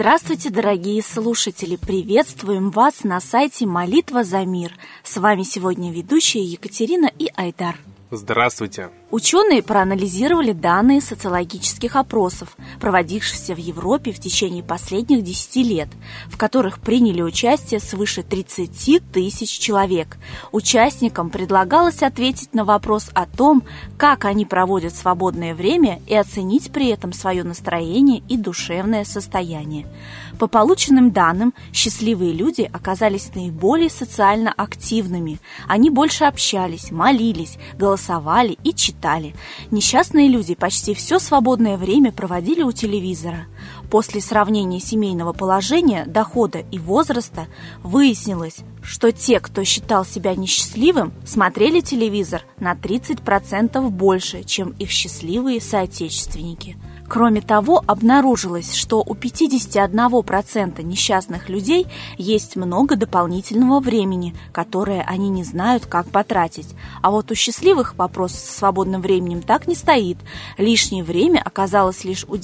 Здравствуйте, дорогие слушатели! Приветствуем вас на сайте «Молитва за мир». С вами сегодня ведущие Екатерина и Айдар. Здравствуйте! Ученые проанализировали данные социологических опросов, проводившихся в Европе в течение последних 10 лет, в которых приняли участие свыше 30 тысяч человек. Участникам предлагалось ответить на вопрос о том, как они проводят свободное время, и оценить при этом свое настроение и душевное состояние. По полученным данным, счастливые люди оказались наиболее социально активными. Они больше общались, молились, голосовали и читали. Несчастные люди почти все свободное время проводили у телевизора. После сравнения семейного положения, дохода и возраста выяснилось, что те, кто считал себя несчастливым, смотрели телевизор на 30% больше, чем их счастливые соотечественники. Кроме того, обнаружилось, что у 51% несчастных людей есть много дополнительного времени, которое они не знают, как потратить. А вот у счастливых вопрос со свободным временем так не стоит. Лишнее время оказалось лишь у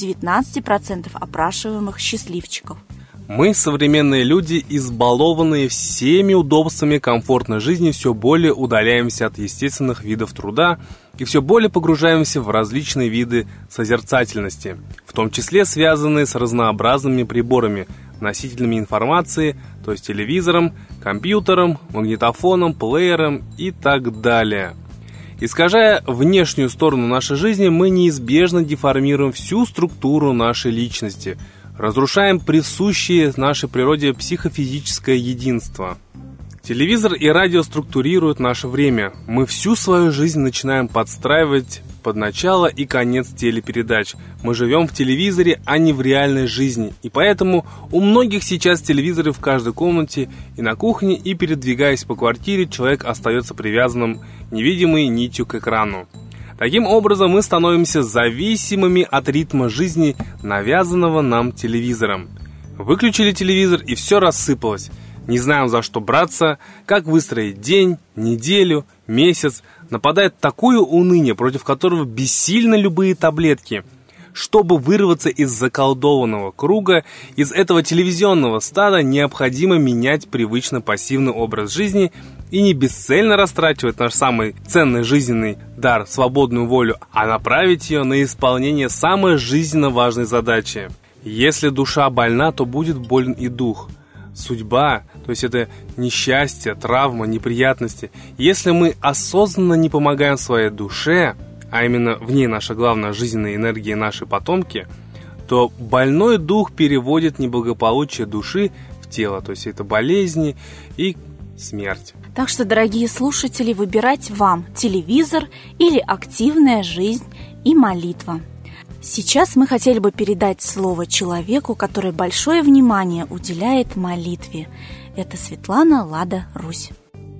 19% опрашиваемых счастливчиков. Мы, современные люди, избалованные всеми удобствами комфортной жизни, все более удаляемся от естественных видов труда и все более погружаемся в различные виды созерцательности, в том числе связанные с разнообразными приборами, носителями информации, то есть телевизором, компьютером, магнитофоном, плеером и так далее. Искажая внешнюю сторону нашей жизни, мы неизбежно деформируем всю структуру нашей личности, разрушаем присущее нашей природе психофизическое единство. Телевизор и радио структурируют наше время. Мы всю свою жизнь начинаем подстраивать под начало и конец телепередач. Мы живем в телевизоре, а не в реальной жизни. И поэтому у многих сейчас телевизоры в каждой комнате и на кухне, и передвигаясь по квартире, человек остается привязанным невидимой нитью к экрану. Таким образом, мы становимся зависимыми от ритма жизни, навязанного нам телевизором. Выключили телевизор, и все рассыпалось. Не знаем, за что браться, как выстроить день, неделю, месяц. Нападает такое уныние, против которого бессильны любые таблетки. Чтобы вырваться из заколдованного круга, из этого телевизионного стада, необходимо менять привычно пассивный образ жизни и не бесцельно растрачивать наш самый ценный жизненный дар, свободную волю, а направить ее на исполнение самой жизненно важной задачи. Если душа больна, то будет болен и дух. Судьба, то есть это несчастье, травма, неприятности. Если мы осознанно не помогаем своей душе, а именно в ней наша главная жизненная энергия, наши потомки, то больной дух переводит неблагополучие души в тело, то есть это болезни и смерть. Так что, дорогие слушатели, выбирать вам телевизор или активная жизнь и молитва. Сейчас мы хотели бы передать слово человеку, который большое внимание уделяет молитве. Это Светлана Лада Русь.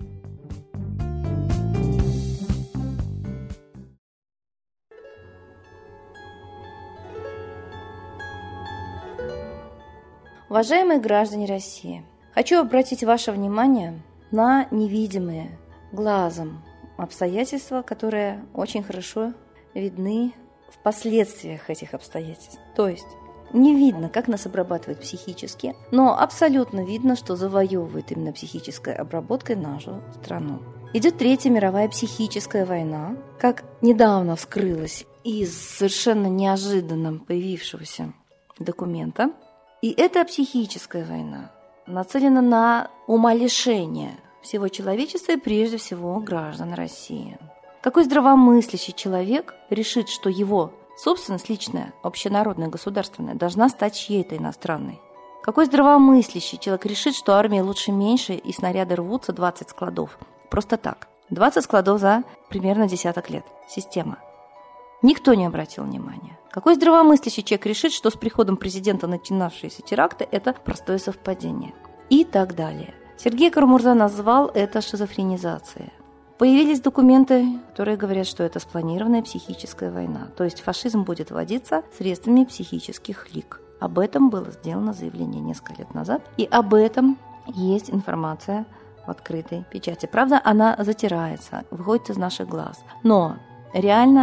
Уважаемые граждане России, хочу обратить ваше внимание на невидимые глазом обстоятельства, которые очень хорошо видны в последствиях этих обстоятельств. То есть не видно, как нас обрабатывают психически, но абсолютно видно, что завоевывает именно психической обработкой нашу страну. Идет Третья мировая психическая война, как недавно вскрылась из совершенно неожиданно появившегося документа. И эта психическая война нацелена на умалишение всего человечества и прежде всего граждан России. Какой здравомыслящий человек решит, что его собственность личная, общенародная, государственная должна стать чьей-то иностранной? Какой здравомыслящий человек решит, что армия лучше меньше и снаряды рвутся 20 складов? Просто так. 20 складов за примерно десяток лет. Система. Никто не обратил внимания. Какой здравомыслящий человек решит, что с приходом президента начинавшиеся теракты – это простое совпадение? И так далее. Сергей Карамурза назвал это шизофренизацией. Появились документы, которые говорят, что это спланированная психическая война. То есть фашизм будет вводиться средствами психических лиг. Об этом было сделано заявление несколько лет назад. И об этом есть информация в открытой печати. Правда, она затирается, выходит из наших глаз. Но реально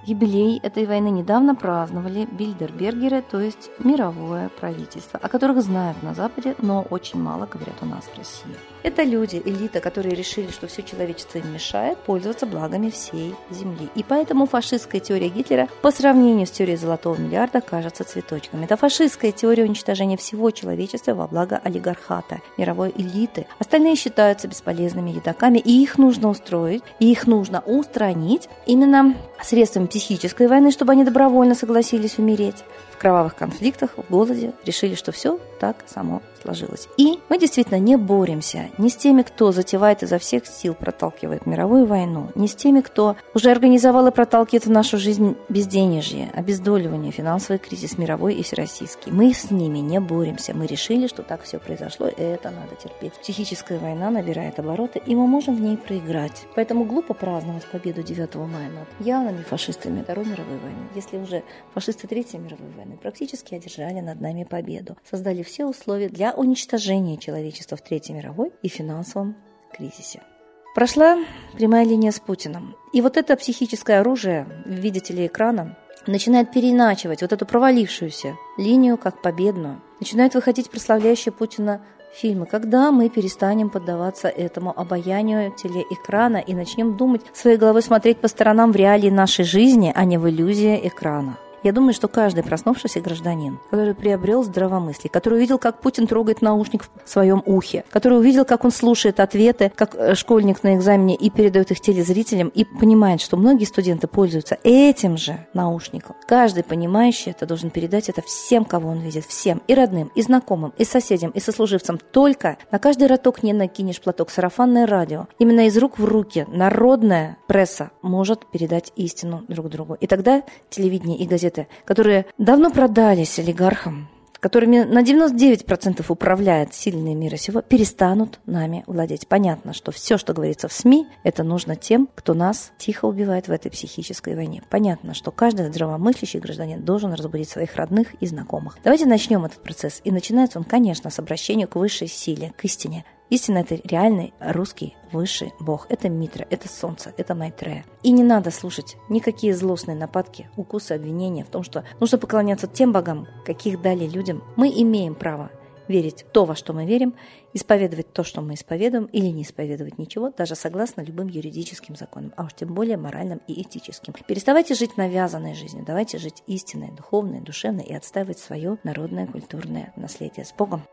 Юбилей этой войны недавно праздновали бильдербергеры, то есть мировое правительство, о которых знают на Западе, но очень мало говорят у нас в России. Это люди, элита, которые решили, что все человечество им мешает пользоваться благами всей Земли. И поэтому фашистская теория Гитлера по сравнению с теорией золотого миллиарда кажется цветочком. Это фашистская теория уничтожения всего человечества во благо олигархата, мировой элиты. Остальные считаются бесполезными едоками, и их нужно устроить, и их нужно устранить именно средствами психической войны, чтобы они добровольно согласились умереть. В кровавых конфликтах, в голоде решили, что все так само сложилось. И мы действительно не боремся ни с теми, кто затевает изо всех сил, проталкивает мировую войну, ни с теми, кто уже организовал и проталкивает в нашу жизнь безденежье, обездоливание, финансовый кризис мировой и всероссийский. Мы с ними не боремся. Мы решили, что так все произошло, и это надо терпеть. Психическая война набирает обороты, и мы можем в ней проиграть. Поэтому глупо праздновать победу 9 мая над явными фашистами Второй мировой войны, если уже фашисты Третьей мировой войны практически одержали над нами победу, создали все условия для уничтожения человечества в Третьей мировой и финансовом кризисе. Прошла прямая линия с Путиным. И вот это психическое оружие в виде телеэкрана начинает переиначивать вот эту провалившуюся линию как победную. Начинают выходить прославляющие Путина фильмы. Когда мы перестанем поддаваться этому обаянию телеэкрана и начнем думать своей головой, смотреть по сторонам в реалии нашей жизни, а не в иллюзии экрана? Я думаю, что каждый проснувшийся гражданин, который приобрел здравомыслие, который увидел, как Путин трогает наушник в своем ухе, который увидел, как он слушает ответы, как школьник на экзамене и передает их телезрителям, и понимает, что многие студенты пользуются этим же наушником. Каждый понимающий это должен передать это всем, кого он видит, всем, и родным, и знакомым, и соседям, и сослуживцам. Только на каждый роток не накинешь платок. Сарафанное радио. Именно из рук в руки народная пресса может передать истину друг другу. И тогда телевидение и газеты, которые давно продались олигархам, которыми на 99% управляют сильные мира сего, перестанут нами владеть. Понятно, что все, что говорится в СМИ, это нужно тем, кто нас тихо убивает в этой психической войне. Понятно, что каждый здравомыслящий гражданин должен разбудить своих родных и знакомых. Давайте начнем этот процесс. И начинается он, конечно, с обращения к высшей силе, к истине. Истина – это реальный русский высший Бог. Это Митра, это Солнце, это Майтрея. И не надо слушать никакие злостные нападки, укусы, обвинения в том, что нужно поклоняться тем богам, каких дали людям. Мы имеем право верить в то, во что мы верим, исповедовать то, что мы исповедуем, или не исповедовать ничего, даже согласно любым юридическим законам, а уж тем более моральным и этическим. Переставайте жить навязанной жизнью, давайте жить истинной, духовной, душевной и отстаивать свое народное культурное наследие. С Богом!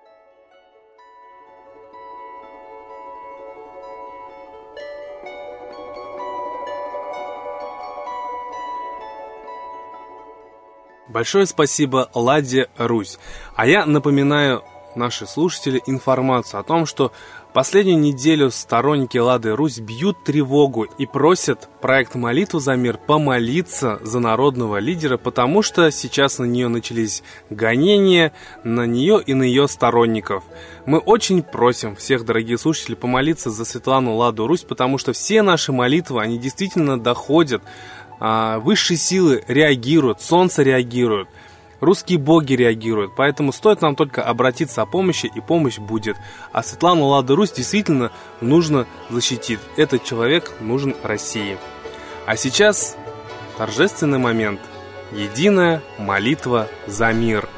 Большое спасибо, Ладе Русь. А я напоминаю наши слушатели информацию о том, что последнюю неделю сторонники Лады Русь бьют тревогу и просят проект «Молитву за мир» помолиться за народного лидера, потому что сейчас на нее начались гонения, на нее и на ее сторонников. Мы очень просим всех, дорогие слушатели, помолиться за Светлану Ладу Русь, потому что все наши молитвы, они действительно доходят. Высшие силы реагируют, солнце реагирует, русские боги реагируют, поэтому стоит нам только обратиться о помощи, и помощь будет. А Светлану Ладу Русь действительно нужно защитить. Этот человек нужен России. А сейчас торжественный момент. Единая молитва за мир.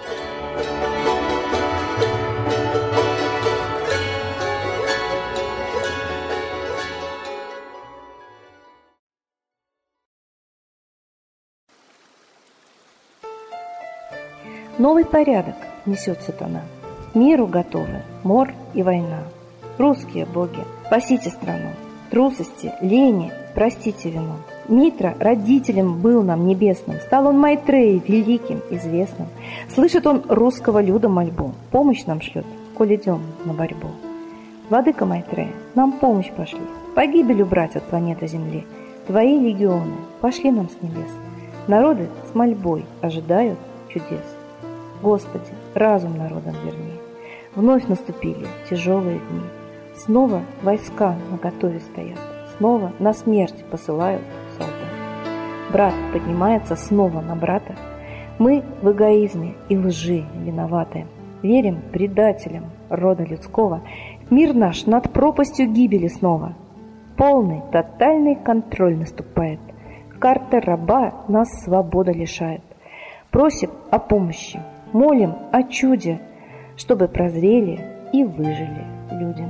Новый порядок несет сатана. Миру готовы мор и война. Русские боги, спасите страну. Трусости, лени, простите вину. Митра родителем был нам небесным, стал он Майтреей великим, известным. Слышит он русского люда мольбу, помощь нам шлет, коль идем на борьбу. Владыка Майтрея, нам помощь пошли, погибель убрать от планеты Земли. Твои легионы пошли нам с небес. Народы с мольбой ожидают чудес. Господи, разум народам верни. Вновь наступили тяжелые дни. Снова войска наготове стоят. Снова на смерть посылают солдат. Брат поднимается снова на брата. Мы в эгоизме и лжи виноваты. Верим предателям рода людского. Мир наш над пропастью гибели снова. Полный, тотальный контроль наступает. карта раба нас свободы лишает. Просим о помощи, молим о чуде, чтобы прозрели и выжили люди.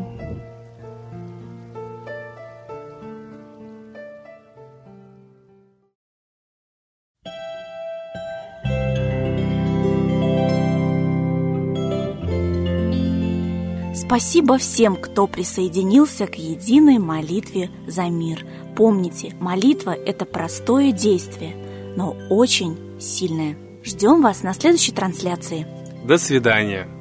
Спасибо всем, кто присоединился к единой молитве за мир. Помните, молитва – это простое действие, но очень сильное. Ждем вас на следующей трансляции. До свидания.